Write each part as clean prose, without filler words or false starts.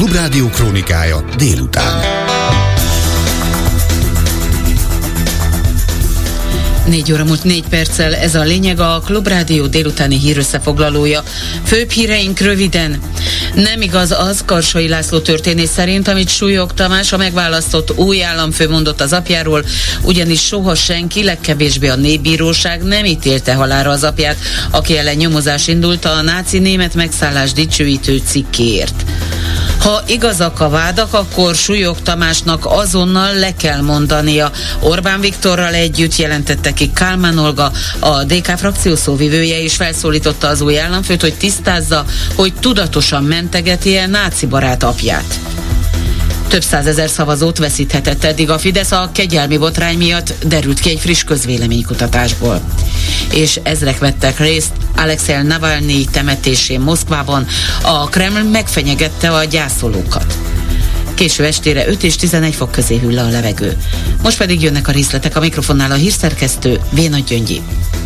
Klubrádió krónikája délután. 4 óra múlt 4 perccel, ez a lényeg, a Klubrádió délutáni hírösszefoglalója. Főbb híreink röviden. Nem igaz az Karsai László történész szerint, amit Súlyog Tamás, a megválasztott új államfő mondott az apjáról, ugyanis soha senki, legkevésbé a népbíróság nem ítélte halálra az apját, aki ellen nyomozás indult a náci német megszállás dicsőítő cikkéért. Ha igazak a vádak, akkor Súlyog Tamásnak azonnal le kell mondania. Orbán Viktorral együtt jelentette ki Kálmán Olga, a DK frakció szóvivője, és felszólította az új államfőt, hogy tisztázza, hogy tudatosan mentegeti-e náci barát apját. Több százezer szavazót veszíthetett eddig a Fidesz a kegyelmi botrány miatt, derült ki egy friss közvéleménykutatásból. És ezrek vettek részt Alexej Navalnyi temetésén Moszkvában, a Kreml megfenyegette a gyászolókat. Késő estére 5 és 11 fok közé hűl le a levegő. Most pedig jönnek a részletek, a mikrofonnál a hírszerkesztő Vénagy Gyöngyi.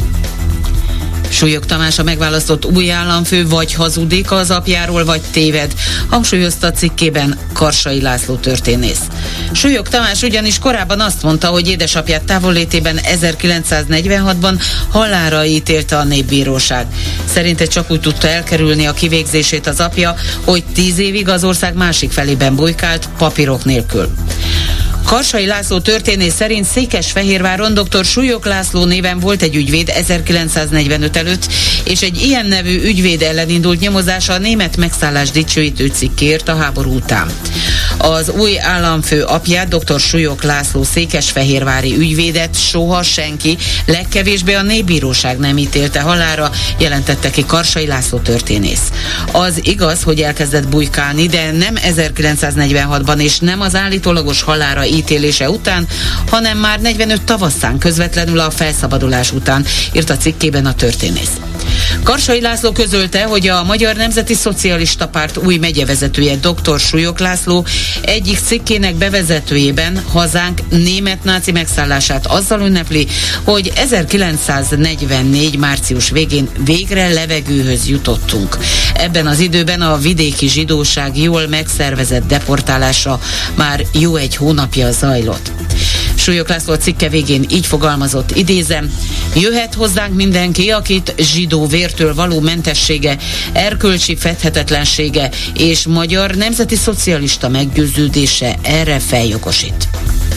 Súlyog Tamás, a megválasztott új államfő, vagy hazudik az apjáról, vagy téved, hangsúlyozta cikkében Karsai László történész. Súlyog Tamás ugyanis korábban azt mondta, hogy édesapját távollétében 1946-ban halálra ítélte a népbíróság. Szerinte csak úgy tudta elkerülni a kivégzését az apja, hogy 10 évig az ország másik felében bujkált papírok nélkül. Karsai László történész szerint Székesfehérváron dr. Súlyog László néven volt egy ügyvéd 1945 előtt, és egy ilyen nevű ügyvéd ellen indult nyomozása a német megszállás dicsőítő cikkért a háború után. Az új államfő apját, dr. Súlyog László székesfehérvári ügyvédet soha senki, legkevésbé a népbíróság nem ítélte halálra, jelentette ki Karsai László történész. Az igaz, hogy elkezdett bujkálni, de nem 1946-ban és nem az állítólagos halálra ítélése után, hanem már 45 tavaszán, közvetlenül a felszabadulás után, írt a cikkében a történész. Karsai László közölte, hogy a Magyar Nemzeti Szocialista Párt új megyevezetője, dr. Súlyog László egyik cikkének bevezetőjében hazánk német náci megszállását azzal ünnepli, hogy 1944. március végén végre levegőhöz jutottunk. Ebben az időben a vidéki zsidóság jól megszervezett deportálása már jó egy hónapja zajlott. Súlyog László cikke végén így fogalmazott, idézem: jöhet hozzánk mindenki, akit zsidó vértől való mentessége, erkölcsi fedhetetlensége és magyar nemzeti szocialista meggyőződése erre feljogosít.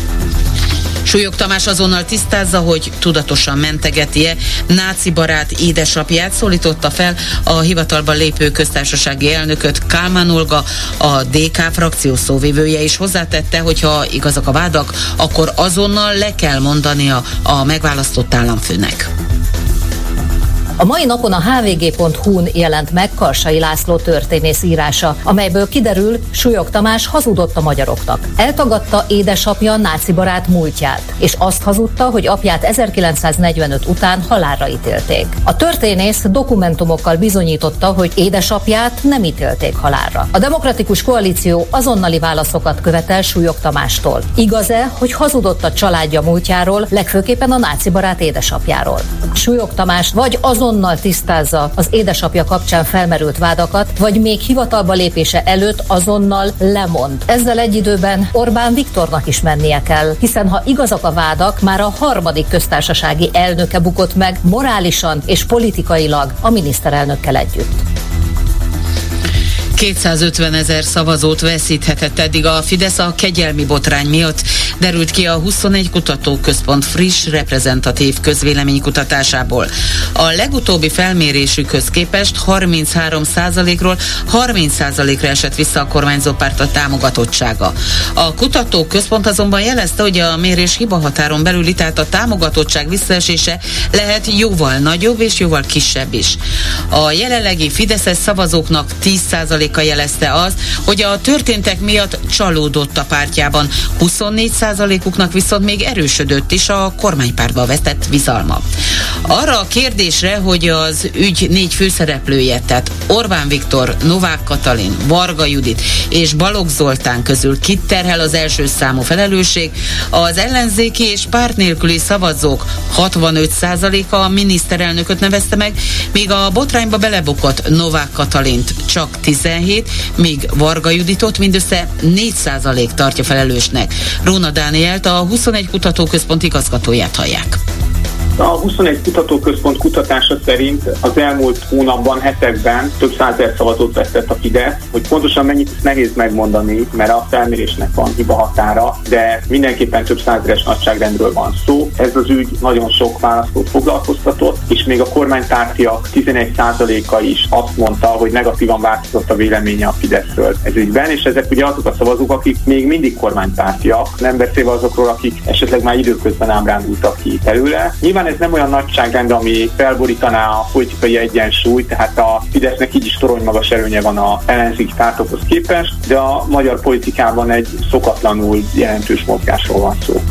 Súlyog Tamás azonnal tisztázza, hogy tudatosan mentegeti-e náci barát édesapját, szólította fel a hivatalba lépő köztársasági elnököt, Kálmán Olga, a DK frakció szóvivője, is hozzátette, hogy ha igazak a vádak, akkor azonnal le kell mondania a megválasztott államfőnek. A mai napon a hvg.hu-n jelent meg Karsai László történész írása, amelyből kiderül, Súlyog Tamás hazudott a magyaroknak. Eltagadta édesapja náci barát múltját, és azt hazudta, hogy apját 1945 után halálra ítélték. A történész dokumentumokkal bizonyította, hogy édesapját nem ítélték halálra. A Demokratikus Koalíció azonnali válaszokat követel Súlyog Tamástól. Igaz-e, hogy hazudott a családja múltjáról, legfőképpen a náci barát édesapjáról? Súlyog Tamás vagy azonnal tisztázza az édesapja kapcsán felmerült vádakat, vagy még hivatalba lépése előtt azonnal lemond. Ezzel egy időben Orbán Viktornak is mennie kell, hiszen ha igazak a vádak, már a harmadik köztársasági elnöke bukott meg morálisan és politikailag a miniszterelnökkel együtt. 250 000 szavazót veszíthetett eddig a Fidesz a kegyelmi botrány miatt, derült ki a 21 kutatóközpont friss reprezentatív közvéleménykutatásából. A legutóbbi felmérésükhöz képest 33%-ról 30%-ra esett vissza a kormányzó párt a támogatottsága. A kutatóközpont azonban jelezte, hogy a mérés hibahatáron belüli, tehát a támogatottság visszaesése lehet jóval nagyobb és jóval kisebb is. A jelenlegi fideszes szavazóknak 10% jelezte azt, hogy a történtek miatt csalódott a pártjában. 24%-uknak viszont még erősödött is a kormánypártba vetett bizalma. Arra a kérdésre, hogy az ügy 4 főszereplője, tehát Orbán Viktor, Novák Katalin, Varga Judit és Balogh Zoltán közül kit terhel az első számú felelősség, az ellenzéki és párt nélküli szavazók 65%-a a miniszterelnököt nevezte meg, míg a botrányba belebukott Novák Katalint csak 17 17, míg Varga Juditot mindössze 4% tartja felelősnek. Róna Dánielt, a 21 Kutatóközpont igazgatóját hallják. A 21 Kutatóközpont kutatása szerint az elmúlt hónapban, hetekben több százezer szavazót vesztett a Fidesz. Hogy pontosan mennyit, nehéz megmondani, mert a felmérésnek van hiba határa, de mindenképpen több százeres nagyságrendről van szó. Ez az ügy nagyon sok választót foglalkoztatott, és még a kormánypártiak 11%-a is azt mondta, hogy negatívan változott a véleménye a Fideszről ez ügyben, és ezek ugye azok a szavazók, akik még mindig kormánypártiak, nem beszélve azokról, akik esetleg már időközben ábrándultak ki belőle. Nyilván ez nem olyan nagyságrend, ami felborítaná a politikai egyensúlyt, tehát a Fidesznek így is toronymagas előnye van az ellenzéki pártokhoz képest, de a magyar politikában egy szokatlanul jelentős mozgásról van szó.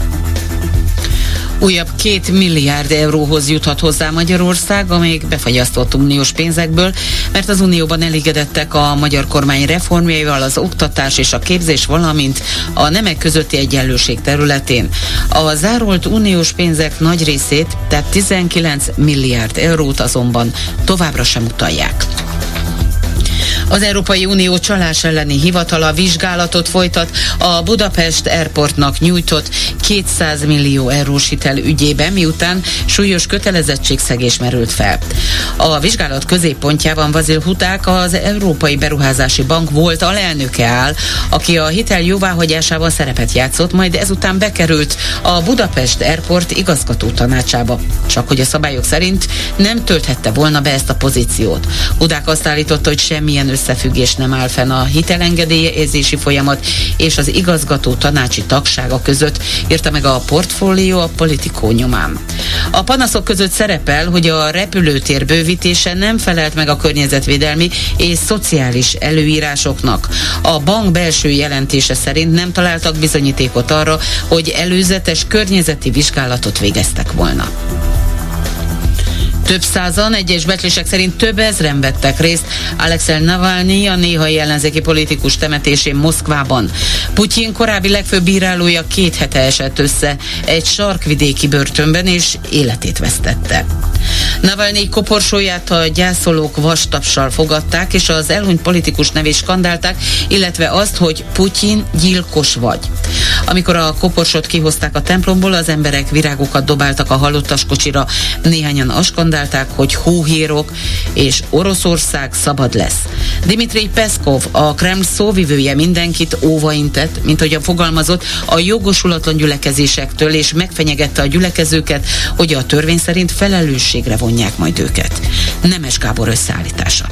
Újabb 2 milliárd euróhoz juthat hozzá Magyarország a még befagyasztott uniós pénzekből, mert az Unióban elégedettek a magyar kormány reformjaival az oktatás és a képzés, valamint a nemek közötti egyenlőség területén. A zárolt uniós pénzek nagy részét, tehát 19 milliárd eurót azonban továbbra sem utalják. Az Európai Unió csalás elleni hivatala vizsgálatot folytat a Budapest Airportnak nyújtott 200 millió eurós hitel ügyében, miután súlyos kötelezettségszegés merült fel. A vizsgálat középpontjában Vasil Huták, az Európai Beruházási Bank volt alelnöke áll, aki a hitel jóváhagyásával szerepet játszott, majd ezután bekerült a Budapest Airport igazgató tanácsába. Csak hogy a szabályok szerint nem tölthette volna be ezt a pozíciót. Huták azt állította, hogy semmilyen összefüggés nem áll fenn a hitelengedélyezési folyamat és az igazgató tanácsi tagsága között, írta meg a Portfolio a Politico nyomán. A panaszok között szerepel, hogy a repülőtér bővítése nem felelt meg a környezetvédelmi és szociális előírásoknak. A bank belső jelentése szerint nem találtak bizonyítékot arra, hogy előzetes környezeti vizsgálatot végeztek volna. Több százan, egyes becslések szerint több ezren vettek részt Alexej Navalnyi, a néhai ellenzéki politikus temetésén Moszkvában. Putyin korábbi legfőbb bírálója 2 hete esett össze egy sarkvidéki börtönben, és életét vesztette. Navalnyi koporsóját a gyászolók vastapssal fogadták, és az elhunyt politikus nevét skandálták, illetve azt, hogy Putyin gyilkos vagy. Amikor a koporsót kihozták a templomból, az emberek virágokat dobáltak a halottas kocsira, néhányan askandálták, hogy hóhérok, és Oroszország szabad lesz. Dmitry Peszkov, a Kreml szóvivője, mindenkit óvaintett, mint ahogyan fogalmazott, a jogosulatlan gyülekezésektől, és megfenyegette a gyülekezőket, hogy a törvény szerint felelősségre vonják majd őket. Nemes Gábor összeállítása.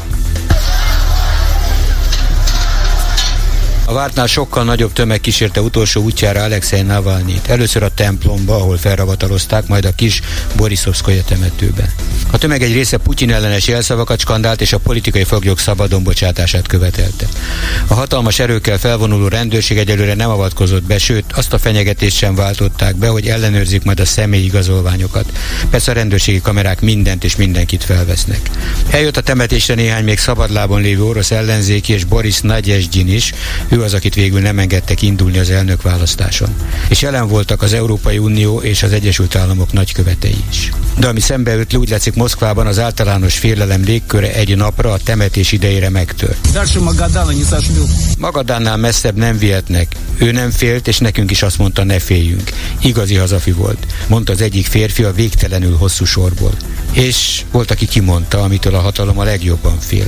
A vártnál sokkal nagyobb tömeg kísérte utolsó útjára Alexej Navalnyit. Először a templomba, ahol felravatalozták, majd a kis Boriszovszkaja temetőben. A tömeg egy része Putyin ellenes jelszavakat skandált, és a politikai foglyok szabadon bocsátását követelte. A hatalmas erőkkel felvonuló rendőrség egyelőre nem avatkozott be, sőt, azt a fenyegetést sem váltották be, hogy ellenőrzik majd a személyi igazolványokat. Persze a rendőrségi kamerák mindent és mindenkit felvesznek. Eljött a temetésre néhány még szabadlábon lévő orosz ellenzéki, és Boris Nagyezgyin is. Ő az, akit végül nem engedtek indulni az elnökválasztáson. És jelen voltak az Európai Unió és az Egyesült Államok nagykövetei is. De ami szembeüt, úgy látszik, Moszkvában az általános félelem légköre egy napra a temetés idejére megtört. Magadánnál messzebb nem vihetnek. Ő nem félt, és nekünk is azt mondta, ne féljünk. Igazi hazafi volt, mondta az egyik férfi a végtelenül hosszú sorból. És volt, aki kimondta, amitől a hatalom a legjobban fél.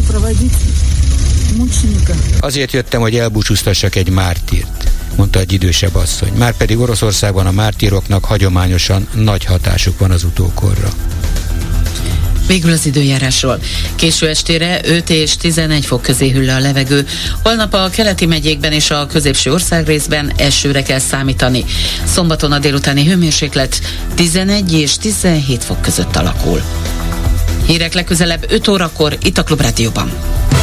Azért jöttem, hogy elbúcsúztassak egy mártírt, mondta egy idősebb asszony. Márpedig Oroszországban a mártíroknak hagyományosan nagy hatásuk van az utókorra. Végül az időjárásról. Késő estére 5 és 11 fok közé hűl a levegő. Holnap a keleti megyékben és a középső országrészben esőre kell számítani. Szombaton a délutáni hőmérséklet 11 és 17 fok között alakul. Hírek legközelebb 5 órakor itt a Klubrádióban.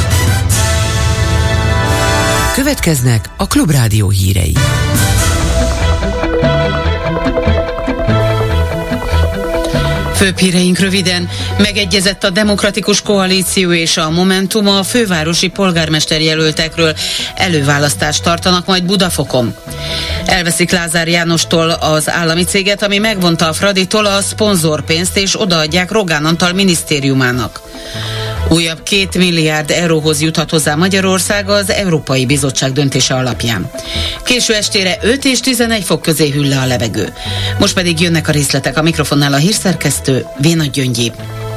Következnek a Klubrádió hírei. Főbb híreink röviden. Megegyezett a Demokratikus Koalíció és a Momentum a fővárosi polgármester jelöltekről. Előválasztást tartanak majd Budafokon. Elveszik Lázár Jánostól az állami céget, ami megvonta a Fraditól a szponzorpénzt, és odaadják Rogán Antal minisztériumának. Újabb 2 milliárd euróhoz juthat hozzá Magyarország az Európai Bizottság döntése alapján. Késő estére 5 és 11 fok közé hűl le a levegő. Most pedig jönnek a részletek, a mikrofonnál a hírszerkesztő Véna Gyöngyi.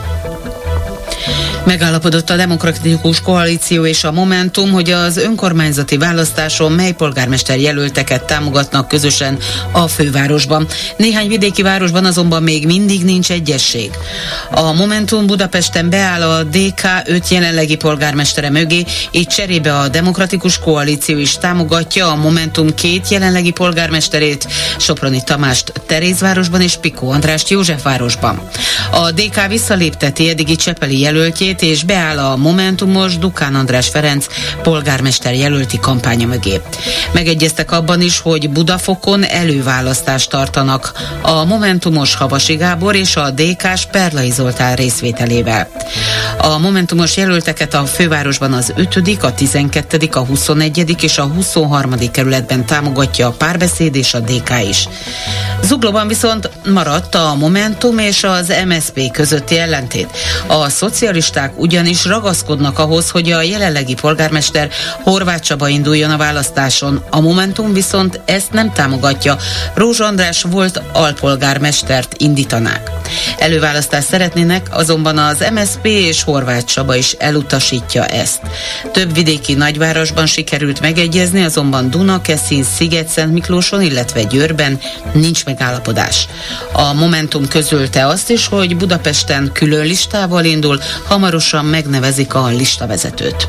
Megállapodott a Demokratikus Koalíció és a Momentum, hogy az önkormányzati választáson mely polgármester jelölteket támogatnak közösen a fővárosban. Néhány vidéki városban azonban még mindig nincs egyesség. A Momentum Budapesten beáll a DK 5 jelenlegi polgármestere mögé, így cserébe a Demokratikus Koalíció is támogatja a Momentum 2 jelenlegi polgármesterét, Soproni Tamást Terézvárosban és Picó Andrást Józsefvárosban. A DK visszalépteti eddigi csepeli jelöltjét, és beáll a Momentumos Dukán András Ferenc polgármester jelölti kampánya mögé. Megegyeztek abban is, hogy Budafokon előválasztást tartanak a Momentumos Havasi Gábor és a DK-s Perlai Zoltán részvételével. A Momentumos jelölteket a fővárosban az 5., a 12., a 21. és a 23. kerületben támogatja a Párbeszéd és a DK is. Zuglóban viszont maradt a Momentum és az MSZP közötti ellentét. A szocialisták ugyanis ragaszkodnak ahhoz, hogy a jelenlegi polgármester Horváth Csaba induljon a választáson. A Momentum viszont ezt nem támogatja. Rózsa András volt alpolgármestert indítanák. Előválasztást szeretnének, azonban az MSZP és Horváth Csaba is elutasítja ezt. Több vidéki nagyvárosban sikerült megegyezni, azonban Dunakeszin, Sziget-Szentmiklóson, illetve Győrben nincs megállapodás. A Momentum közölte azt is, hogy Budapesten külön listával indul, hamarosan megnevezik a listavezetőt.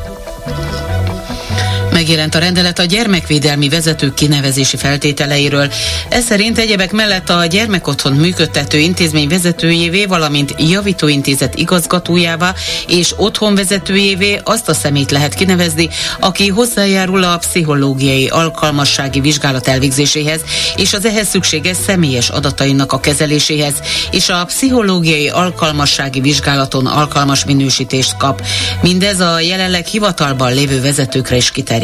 Megjelent a rendelet a gyermekvédelmi vezetők kinevezési feltételeiről. Ez szerint egyebek mellett a gyermekotthon működtető intézmény vezetőjévé, valamint javítóintézet igazgatójává és otthonvezetőjévé azt a személyt lehet kinevezni, aki hozzájárul a pszichológiai alkalmassági vizsgálat elvégzéséhez és az ehhez szükséges személyes adatainak a kezeléséhez, és a pszichológiai alkalmassági vizsgálaton alkalmas minősítést kap. Mindez a jelenleg hivatalban lévő vezetőkre is kiterjedhet.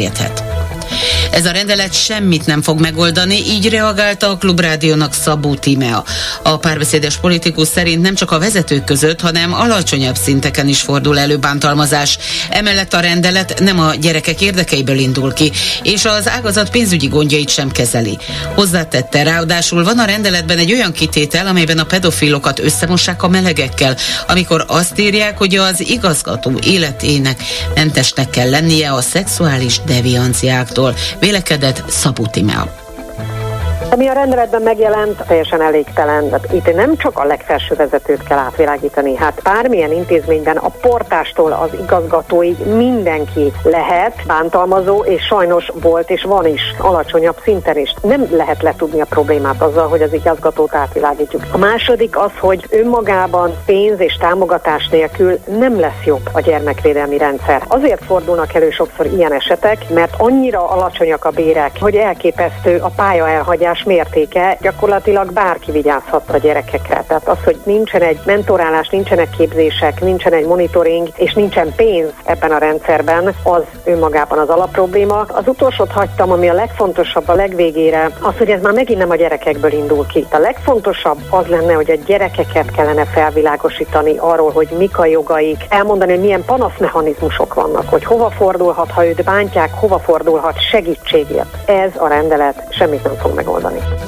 Ez a rendelet semmit nem fog megoldani, így reagálta a Klubrádiónak Szabó Tímea. A párbeszédes politikus szerint nem csak a vezetők között, hanem alacsonyabb szinteken is fordul elő bántalmazás. Emellett a rendelet nem a gyerekek érdekeiből indul ki, és az ágazat pénzügyi gondjait sem kezeli. Hozzátette, ráadásul van a rendeletben egy olyan kitétel, amelyben a pedofilokat összemossák a melegekkel, amikor azt írják, hogy az igazgató életének mentesnek kell lennie a szexuális devianciáktól. Vélekedett Szabó Tímea. Ami a rendeletben megjelent, teljesen elégtelen. Itt nem csak a legfelső vezetőt kell átvilágítani, hát bármilyen intézményben a portástól az igazgatóig mindenki lehet bántalmazó, és sajnos volt és van is alacsonyabb szinten is. Nem lehet letudni a problémát azzal, hogy az igazgatót átvilágítjuk. A második az, hogy önmagában pénz és támogatás nélkül nem lesz jobb a gyermekvédelmi rendszer. Azért fordulnak elő sokszor ilyen esetek, mert annyira alacsonyak a bérek, hogy elképesztő a pályaelhagyás mértéke, gyakorlatilag bárki vigyázhat a gyerekekre. Tehát az, hogy nincsen egy mentorálás, nincsenek képzések, nincsen egy monitoring, és nincsen pénz ebben a rendszerben, az önmagában az alapprobléma. Az utolsót hagytam, ami a legfontosabb a legvégére, az, hogy ez már megint nem a gyerekekből indul ki. A legfontosabb az lenne, hogy a gyerekeket kellene felvilágosítani arról, hogy mik a jogaik, elmondani, hogy milyen panaszmechanizmusok vannak, hogy hova fordulhat, ha őt bántják, hova fordulhat segítségért. Ez a rendelet semmit nem fog megoldani.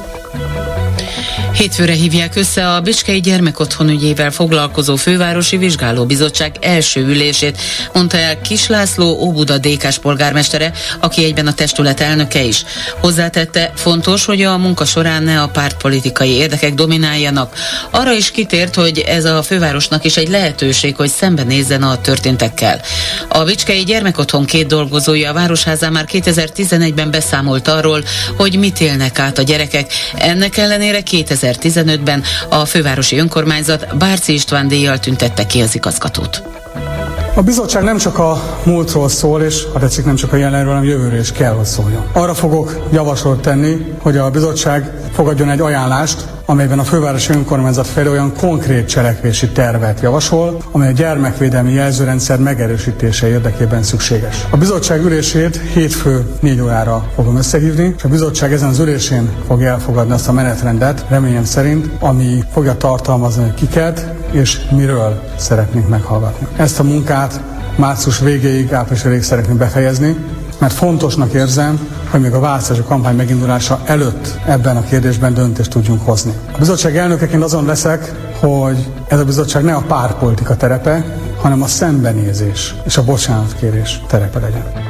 Hétfőre hívják össze a Bicskei Gyermekotthon ügyével foglalkozó Fővárosi Vizsgálóbizottság első ülését, mondta el Kiss László Óbuda DK-s polgármestere, aki egyben a testület elnöke is. Hozzátette, fontos, hogy a munka során ne a pártpolitikai érdekek domináljanak. Arra is kitért, hogy ez a fővárosnak is egy lehetőség, hogy szembenézzen a történtekkel. A Bicskei Gyermekotthon 2 dolgozója a Városházán már 2011-ben beszámolt arról, hogy mit élnek át a gyerekek. Ennek ellenére 2015-ben a fővárosi önkormányzat Bárci István díjjal tüntette ki az igazgatót. A bizottság nem csak a múltról szól, és ha tetszik, nem csak a jelenről, hanem jövőről is kell, hogy szóljon. Arra fogok javaslatot tenni, hogy a bizottság fogadjon egy ajánlást, amelyben a fővárosi önkormányzat felé olyan konkrét cselekvési tervet javasol, amely a gyermekvédelmi jelzőrendszer megerősítése érdekében szükséges. A bizottság ülését hétfő 4 órára fogom összehívni, és a bizottság ezen az ülésén fogja elfogadni azt a menetrendet, reményem szerint, ami fogja tartalmazni, hogy kiket és miről szeretnénk meghallgatni. Ezt a munkát március végéig, április végéig szeretnénk befejezni, mert fontosnak érzem, hogy még a választási kampány megindulása előtt ebben a kérdésben döntést tudjunk hozni. A bizottság elnökeként azon leszek, hogy ez a bizottság ne a pártpolitika terepe, hanem a szembenézés és a bocsánatkérés terepe legyen.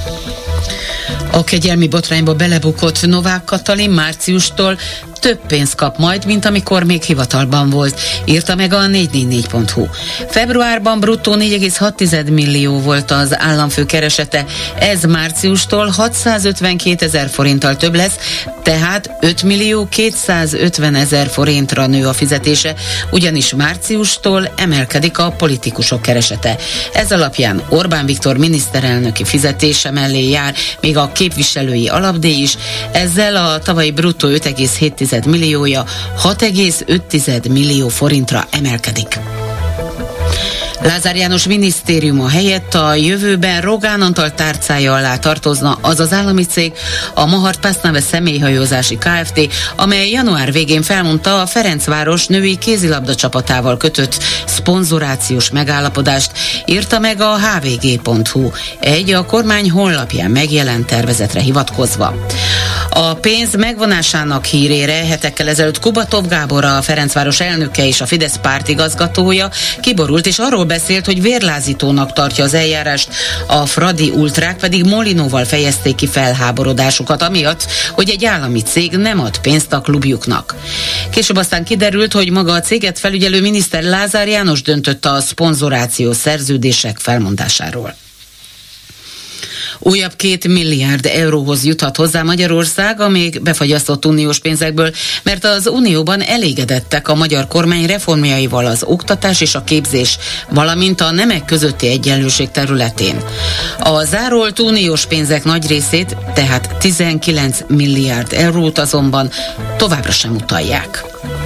A kegyelmi botrányba belebukott Novák Katalin márciustól több pénzt kap majd, mint amikor még hivatalban volt, írta meg a 444.hu. Februárban bruttó 4,6 millió volt az államfő keresete, ez márciustól 652 000 forinttal több lesz, tehát 5 250 000 forintra nő a fizetése, ugyanis márciustól emelkedik a politikusok keresete. Ez alapján Orbán Viktor miniszterelnöki fizetése mellé jár még a képviselői alapdíj is, ezzel a tavalyi bruttó 5,7 milliója 6,5 millió forintra emelkedik. Lázár János minisztériuma helyett a jövőben Rogán Antal tárcája alá tartozna az az állami cég, a Mahart Pásznave személyhajózási Kft., amely január végén felmondta a Ferencváros női kézilabda csapatával kötött szponzorációs megállapodást, írta meg a hvg.hu egy a kormány honlapján megjelent tervezetre hivatkozva. A pénz megvonásának hírére hetekkel ezelőtt Kubatov Gábor, a Ferencváros elnöke és a Fidesz pártigazgatója kiborult, és arról beszélt, hogy vérlázítónak tartja az eljárást, a Fradi ultrák pedig Molinóval fejezték ki felháborodásukat, amiatt, hogy egy állami cég nem ad pénzt a klubjuknak. Később aztán kiderült, hogy maga a céget felügyelő miniszter Lázár János döntött a szponzorációs szerződések felmondásáról. Újabb 2 milliárd euróhoz juthat hozzá Magyarország a még befagyasztott uniós pénzekből, mert az unióban elégedettek a magyar kormány reformjaival az oktatás és a képzés, valamint a nemek közötti egyenlőség területén. A zárolt uniós pénzek nagy részét, tehát 19 milliárd eurót azonban továbbra sem utalják.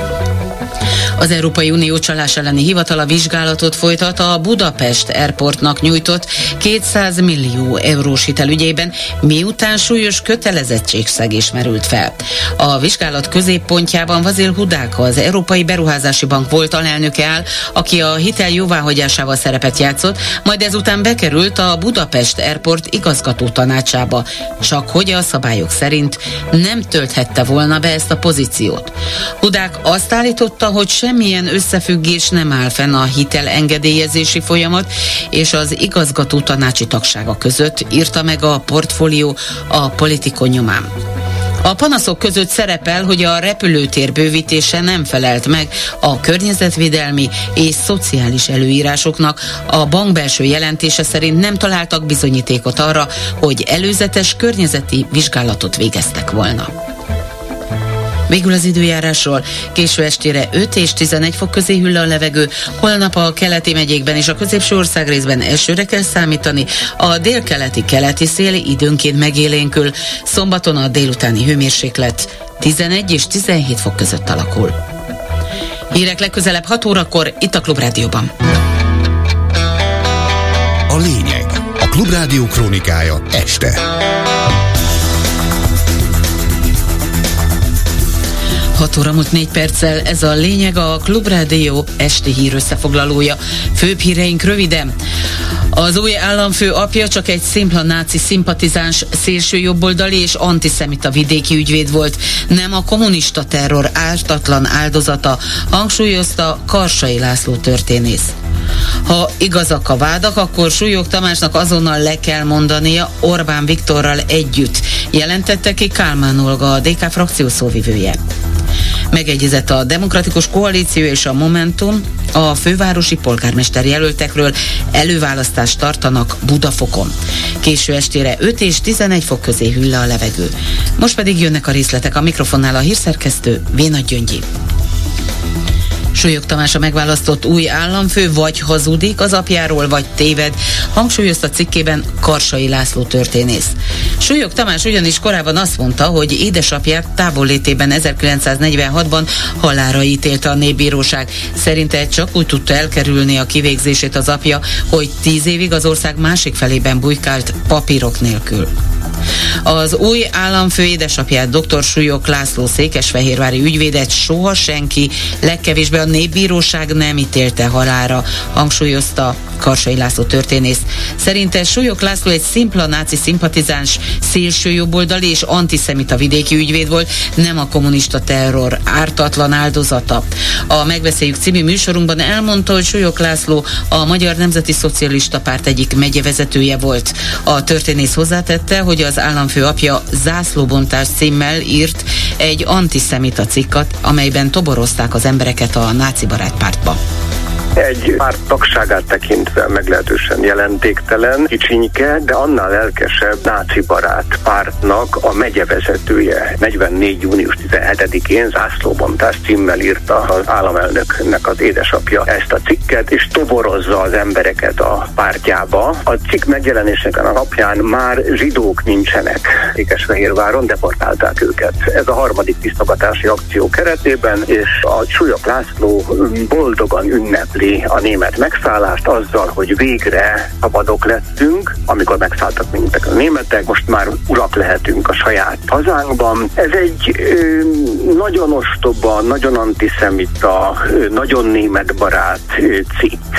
Az Európai Unió csalás elleni hivatala vizsgálatot folytat a Budapest Airportnak nyújtott 200 millió eurós hitelügyében, miután súlyos kötelezettségszegés merült fel. A vizsgálat középpontjában Vazil Hudáka, az Európai Beruházási Bank volt alelnöke áll, aki a hitel jóváhagyásával szerepet játszott, majd ezután bekerült a Budapest Airport igazgató tanácsába, csak hogy a szabályok szerint nem tölthette volna be ezt a pozíciót. Hudák azt állította, hogy semmilyen összefüggés nem áll fenn a hitelengedélyezési folyamat és az igazgató tanácsi tagsága között, írta meg a Portfólió a Politikon nyomán. A panaszok között szerepel, hogy a repülőtér bővítése nem felelt meg a környezetvédelmi és szociális előírásoknak. A bank belső jelentése szerint nem találtak bizonyítékot arra, hogy előzetes környezeti vizsgálatot végeztek volna. Végül az időjárásról: késő estére 5 és 11 fok közé hűl a levegő, holnap a keleti megyékben és a középső országrészben esőre kell számítani, a délkeleti-keleti szél időnként megélénkül, szombaton a délutáni hőmérséklet 11 és 17 fok között alakul. Hírek legközelebb 6 órakor itt a Klubrádióban. A lényeg. A Klubrádió krónikája este. 6 óra múlt 4 perccel, ez a lényeg, a Klubrádió esti hír összefoglalója. Főbb híreink röviden. Az új államfő apja csak egy szimpla náci szimpatizáns, szélső jobboldali és antiszemita vidéki ügyvéd volt, nem a kommunista terror ártatlan áldozata, hangsúlyozta Karsai László történész. Ha igazak a vádak, akkor Súlyog Tamásnak azonnal le kell mondania Orbán Viktorral együtt, jelentette ki Kálmán Olga, a DK frakció szóvivője. Megegyezett a Demokratikus Koalíció és a Momentum, a fővárosi polgármester jelöltekről előválasztást tartanak Budafokon. Késő estére 5 és 11 fok közé hűl le a levegő. Most pedig jönnek a részletek, a mikrofonnál a hírszerkesztő Vénagy Gyöngyi. Súlyog Tamás a megválasztott új államfő vagy hazudik az apjáról, vagy téved, hangsúlyozta cikkében Karsai László történész. Súlyog Tamás ugyanis korábban azt mondta, hogy édesapját távollétében 1946-ban halálra ítélte a Népbíróság. Szerinte csak úgy tudta elkerülni a kivégzését az apja, hogy 10 évig az ország másik felében bujkált papírok nélkül. Az új államfő édesapját, dr. Súlyog László székesfehérvári ügyvédet soha senki, legkevésbé a Népbíróság nem ítélte halálra, hangsúlyozta Karsai László történész. Szerinte Súlyog László egy szimpla náci szimpatizáns, szélsőjobboldali és antiszemita vidéki ügyvéd volt, nem a kommunista terror ártatlan áldozata. A Megbeszéljük című műsorunkban elmondta, hogy Súlyog László a Magyar Nemzeti Szocialista Párt egyik megyevezetője volt. A történész hozzátette, hogy az államfő apja Zászlóbontás címmel írt egy antiszemita cikkat, amelyben toborozták az embereket a náci barát pártba. Egy párt tagságát tekintve meglehetősen jelentéktelen, kicsinyke, de annál lelkesebb náci barát pártnak a megyevezetője. 44. június 17-én Zászlóbontás címmel írta az államelnöknek az édesapja ezt a cikket, és toborozza az embereket a pártjába. A cikk megjelenésének a napján már zsidók nincsenek Székesfehérváron, deportálták őket. Ez a harmadik tisztogatási akció keretében, és a Súlyog László boldogan ünnepli a német megszállást azzal, hogy végre szabadok lettünk, amikor megszálltak minket a németek, most már urak lehetünk a saját hazánkban. Ez egy nagyon ostoba, nagyon antiszemita, nagyon németbarát cikk.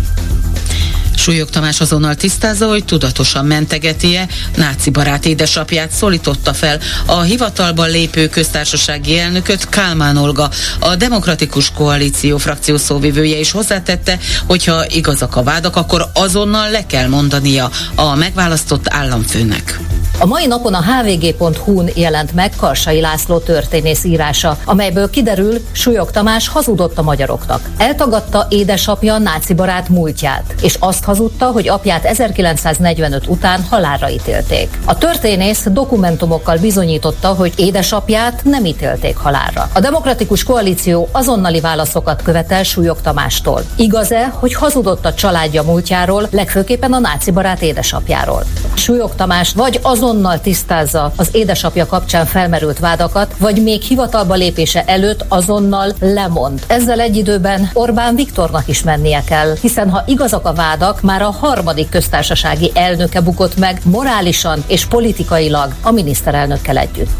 Súlyog Tamás azonnal tisztázza, hogy tudatosan mentegeti-e náci barát édesapját, szólította fel a hivatalban lépő köztársasági elnököt, Kálmán Olga, a Demokratikus Koalíció frakció szóvivője is hozzátette, hogyha igazak a vádak, akkor azonnal le kell mondania a megválasztott államfőnek. A mai napon a hvg.hu-n jelent meg Karsai László történész írása, amelyből kiderül, Súlyog Tamás hazudott a magyaroknak. Eltagadta édesapja náci barát múltját, és azt hazudta, hogy apját 1945 után halálra ítélték. A történész dokumentumokkal bizonyította, hogy édesapját nem ítélték halálra. A Demokratikus Koalíció azonnali válaszokat követel Súlyog Tamástól. Igaz-e, hogy hazudott a családja múltjáról, legfőképpen a náci barát édesapjáról? Súlyog Tamás vagy azonnal tisztázza az édesapja kapcsán felmerült vádakat, vagy még hivatalba lépése előtt azonnal lemond. Ezzel egy időben Orbán Viktornak is mennie kell, hiszen ha igazak a vádak, már a harmadik köztársasági elnöke bukott meg morálisan és politikailag a miniszterelnökkel együtt.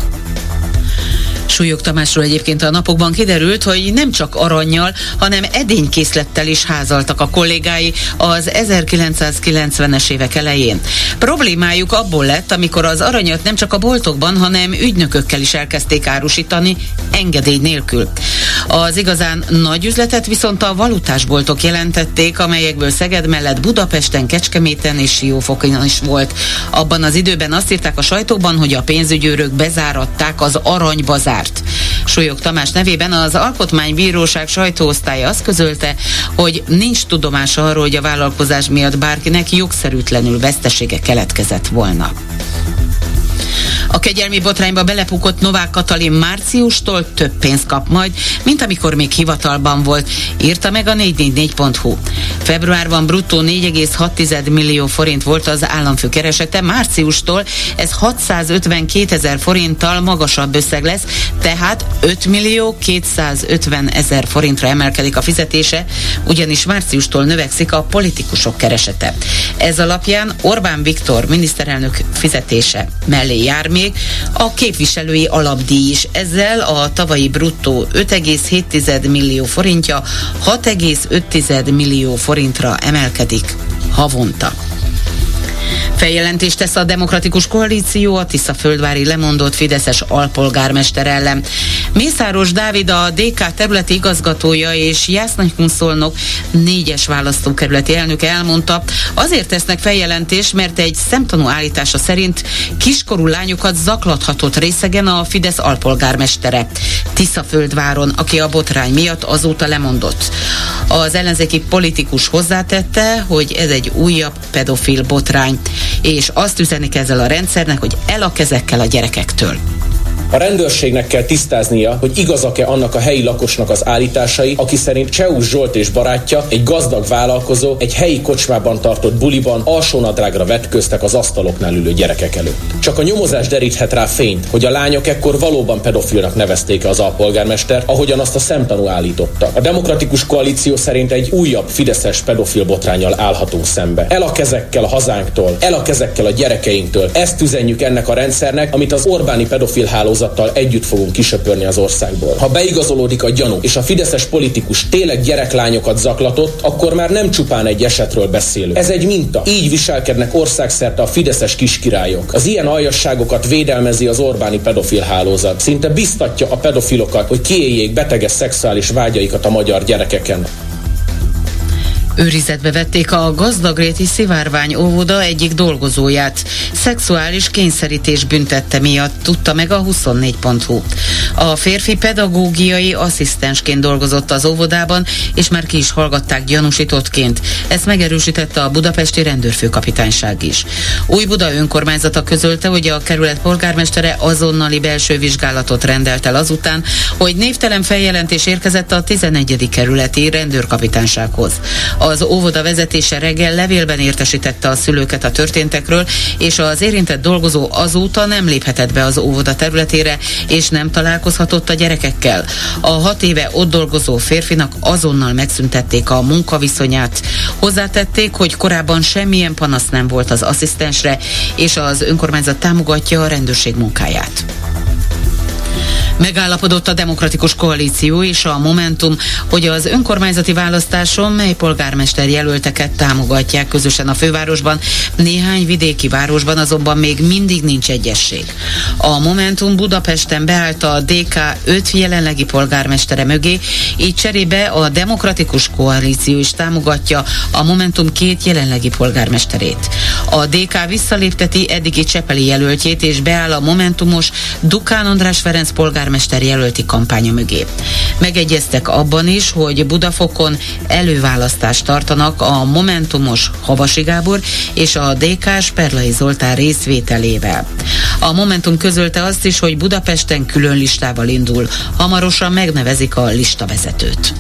Súlyog Tamásról egyébként a napokban kiderült, hogy nem csak arannyal, hanem edénykészlettel is házaltak a kollégái az 1990-es évek elején. Problémájuk abból lett, amikor az aranyat nem csak a boltokban, hanem ügynökökkel is elkezdték árusítani, engedély nélkül. Az igazán nagy üzletet viszont a valutásboltok jelentették, amelyekből Szeged mellett Budapesten, Kecskeméten és Siófokon is volt. Abban az időben azt írták a sajtóban, hogy a pénzügyőrök bezáratták az aranybazárt. Súlyog Tamás nevében az Alkotmánybíróság sajtóosztálya azt közölte, hogy nincs tudomása arról, hogy a vállalkozás miatt bárkinek jogszerűtlenül vesztesége keletkezett volna. A kegyelmi botrányba belepukott Novák Katalin márciustól több pénzt kap majd, mint amikor még hivatalban volt, írta meg a 444.hu. Februárban bruttó 4,6 millió forint volt az államfő keresete, márciustól ez 652 000 forinttal magasabb összeg lesz, tehát 5 millió 250 000 forintra emelkedik a fizetése, ugyanis márciustól növekszik a politikusok keresete. Ez alapján Orbán Viktor miniszterelnök fizetése mellé jár még a képviselői alapdíj is. Ezzel a tavalyi bruttó 5,7 millió forintja 6,5 millió forintra emelkedik havonta. Feljelentést tesz a Demokratikus Koalíció a Tiszaföldvári lemondott fideszes alpolgármester ellen. Mészáros Dávid, a DK területi igazgatója és Jászlón-Szolnok 4-es választókerületi elnöke elmondta, azért tesznek feljelentést, mert egy szemtanú állítása szerint kiskorú lányokat zaklathatott részegen a Fidesz alpolgármestere Tiszaföldváron, aki a botrány miatt azóta lemondott. Az ellenzéki politikus hozzátette, hogy ez egy újabb pedofil botrány, és azt üzenik ezzel a rendszernek, hogy el a kezekkel a gyerekektől. A rendőrségnek kell tisztáznia, hogy igazak-e annak a helyi lakosnak az állításai, aki szerint Csehus Zsolt és barátja, egy gazdag vállalkozó, egy helyi kocsmában tartott buliban alsónadrágra vetköztek az asztaloknál ülő gyerekek előtt. Csak a nyomozás deríthet rá fényt, hogy a lányok ekkor valóban pedofilnak nevezték az alpolgármester, ahogyan azt a szemtanú állította. A Demokratikus Koalíció szerint egy újabb fideszes pedofil botránnyal állhatunk szembe. El a kezekkel a hazánktól, el a kezekkel a gyerekeinktől. Ezt üzenjük ennek a rendszernek, amit az Orbáni pedofil hálózattal együtt fogunk kisöpörni az országból. Ha beigazolódik a gyanú, és a fideszes politikus tényleg gyereklányokat zaklatott, akkor már nem csupán egy esetről beszélünk. Ez egy minta. Így viselkednek országszerte a fideszes kiskirályok. Az ilyen aljasságokat védelmezi az Orbáni pedofil hálózat. Szinte biztatja a pedofilokat, hogy kiéljék beteges szexuális vágyaikat a magyar gyerekeken. Őrizetbe vették a Gazdagréti Szivárvány óvoda egyik dolgozóját. Szexuális kényszerítés büntette miatt, tudta meg a 24.hu. A férfi pedagógiai asszisztensként dolgozott az óvodában, és már ki is hallgatták gyanúsítottként. Ezt megerősítette a budapesti rendőrfőkapitányság is. Újbuda önkormányzata közölte, hogy a kerület polgármestere azonnali belső vizsgálatot rendelt el azután, hogy névtelen feljelentés érkezett a 11. kerületi rendőrkapitánysághoz. Az óvoda vezetése reggel levélben értesítette a szülőket a történtekről, és az érintett dolgozó azóta nem léphetett be az óvoda területére, és nem találkozhatott a gyerekekkel. A 6 éve ott dolgozó férfinak azonnal megszüntették a munkaviszonyát. Hozzátették, hogy korábban semmilyen panasz nem volt az asszisztensre, és az önkormányzat támogatja a rendőrség munkáját. Megállapodott a Demokratikus Koalíció és a Momentum, hogy az önkormányzati választáson mely polgármester jelölteket támogatják közösen a fővárosban, néhány vidéki városban azonban még mindig nincs egyesség. A Momentum Budapesten beállt a DK 5 jelenlegi polgármestere mögé, így cserébe a Demokratikus Koalíció is támogatja a Momentum 2 jelenlegi polgármesterét. A DK visszalépteti eddigi csepeli jelöltjét és beáll a Momentumos Dukán András Ferenc polgármester jelölti kampánya mögé. Megegyeztek abban is, hogy Budafokon előválasztást tartanak a Momentumos Havasi Gábor és a DK-s Perlai Zoltán részvételével. A Momentum közölte azt is, hogy Budapesten külön listával indul. Hamarosan megnevezik a listavezetőt.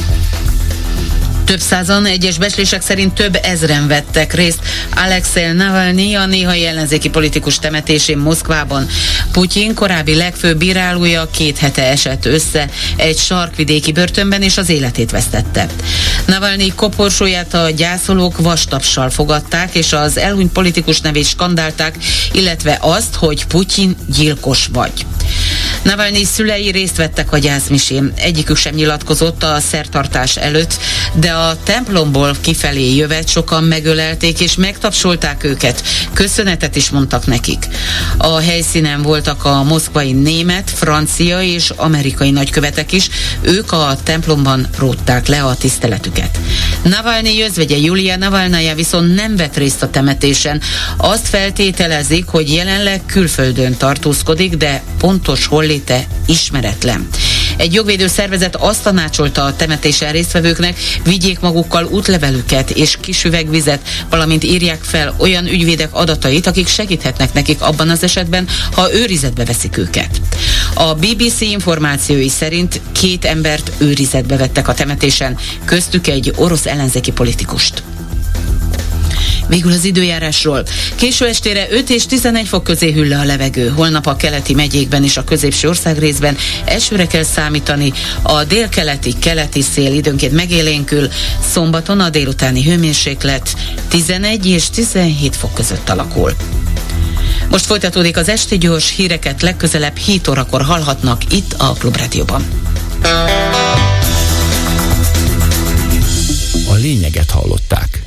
Több százan, egyes becslések szerint több ezren vettek részt Alexej Navalnyi, a néhai ellenzéki politikus temetésén Moszkvában. Putyin korábbi legfőbb bírálója 2 hete esett össze egy sarkvidéki börtönben, és az életét vesztette. Navalnyi koporsóját a gyászolók vastapssal fogadták, és az elhunyt politikus nevét skandálták, illetve azt, hogy Putyin gyilkos vagy. Navalnyi szülei részt vettek a gyászmisén. Egyikük sem nyilatkozott a szertartás előtt, de a templomból kifelé jövet sokan megölelték és megtapsolták őket. Köszönetet is mondtak nekik. A helyszínen voltak a moszkvai német, francia és amerikai nagykövetek is. Ők a templomban rótták le a tiszteletüket. Navalnyi özvegye Julia Navalnaja viszont nem vett részt a temetésen. Azt feltételezik, hogy jelenleg külföldön tartózkodik, de pontos holléte ismeretlen. Egy jogvédő szervezet azt tanácsolta a temetésen résztvevőknek, vigyék magukkal útlevelüket és kis üvegvizet, valamint írják fel olyan ügyvédek adatait, akik segíthetnek nekik abban az esetben, ha őrizetbe veszik őket. A BBC információi szerint 2 embert őrizetbe vettek a temetésen, köztük egy orosz ellenzéki politikust. Végül az időjárásról. Késő estére 5 és 11 fok közé hűl le a levegő. Holnap a keleti megyékben és a középső országrészben esőre kell számítani. A délkeleti szél időnként megélénkül. Szombaton a délutáni hőmérséklet 11 és 17 fok között alakul. Most folytatódik az esti gyors híreket, legközelebb 7 órakor hallhatnak itt a Klubrádióban. A lényeget hallották.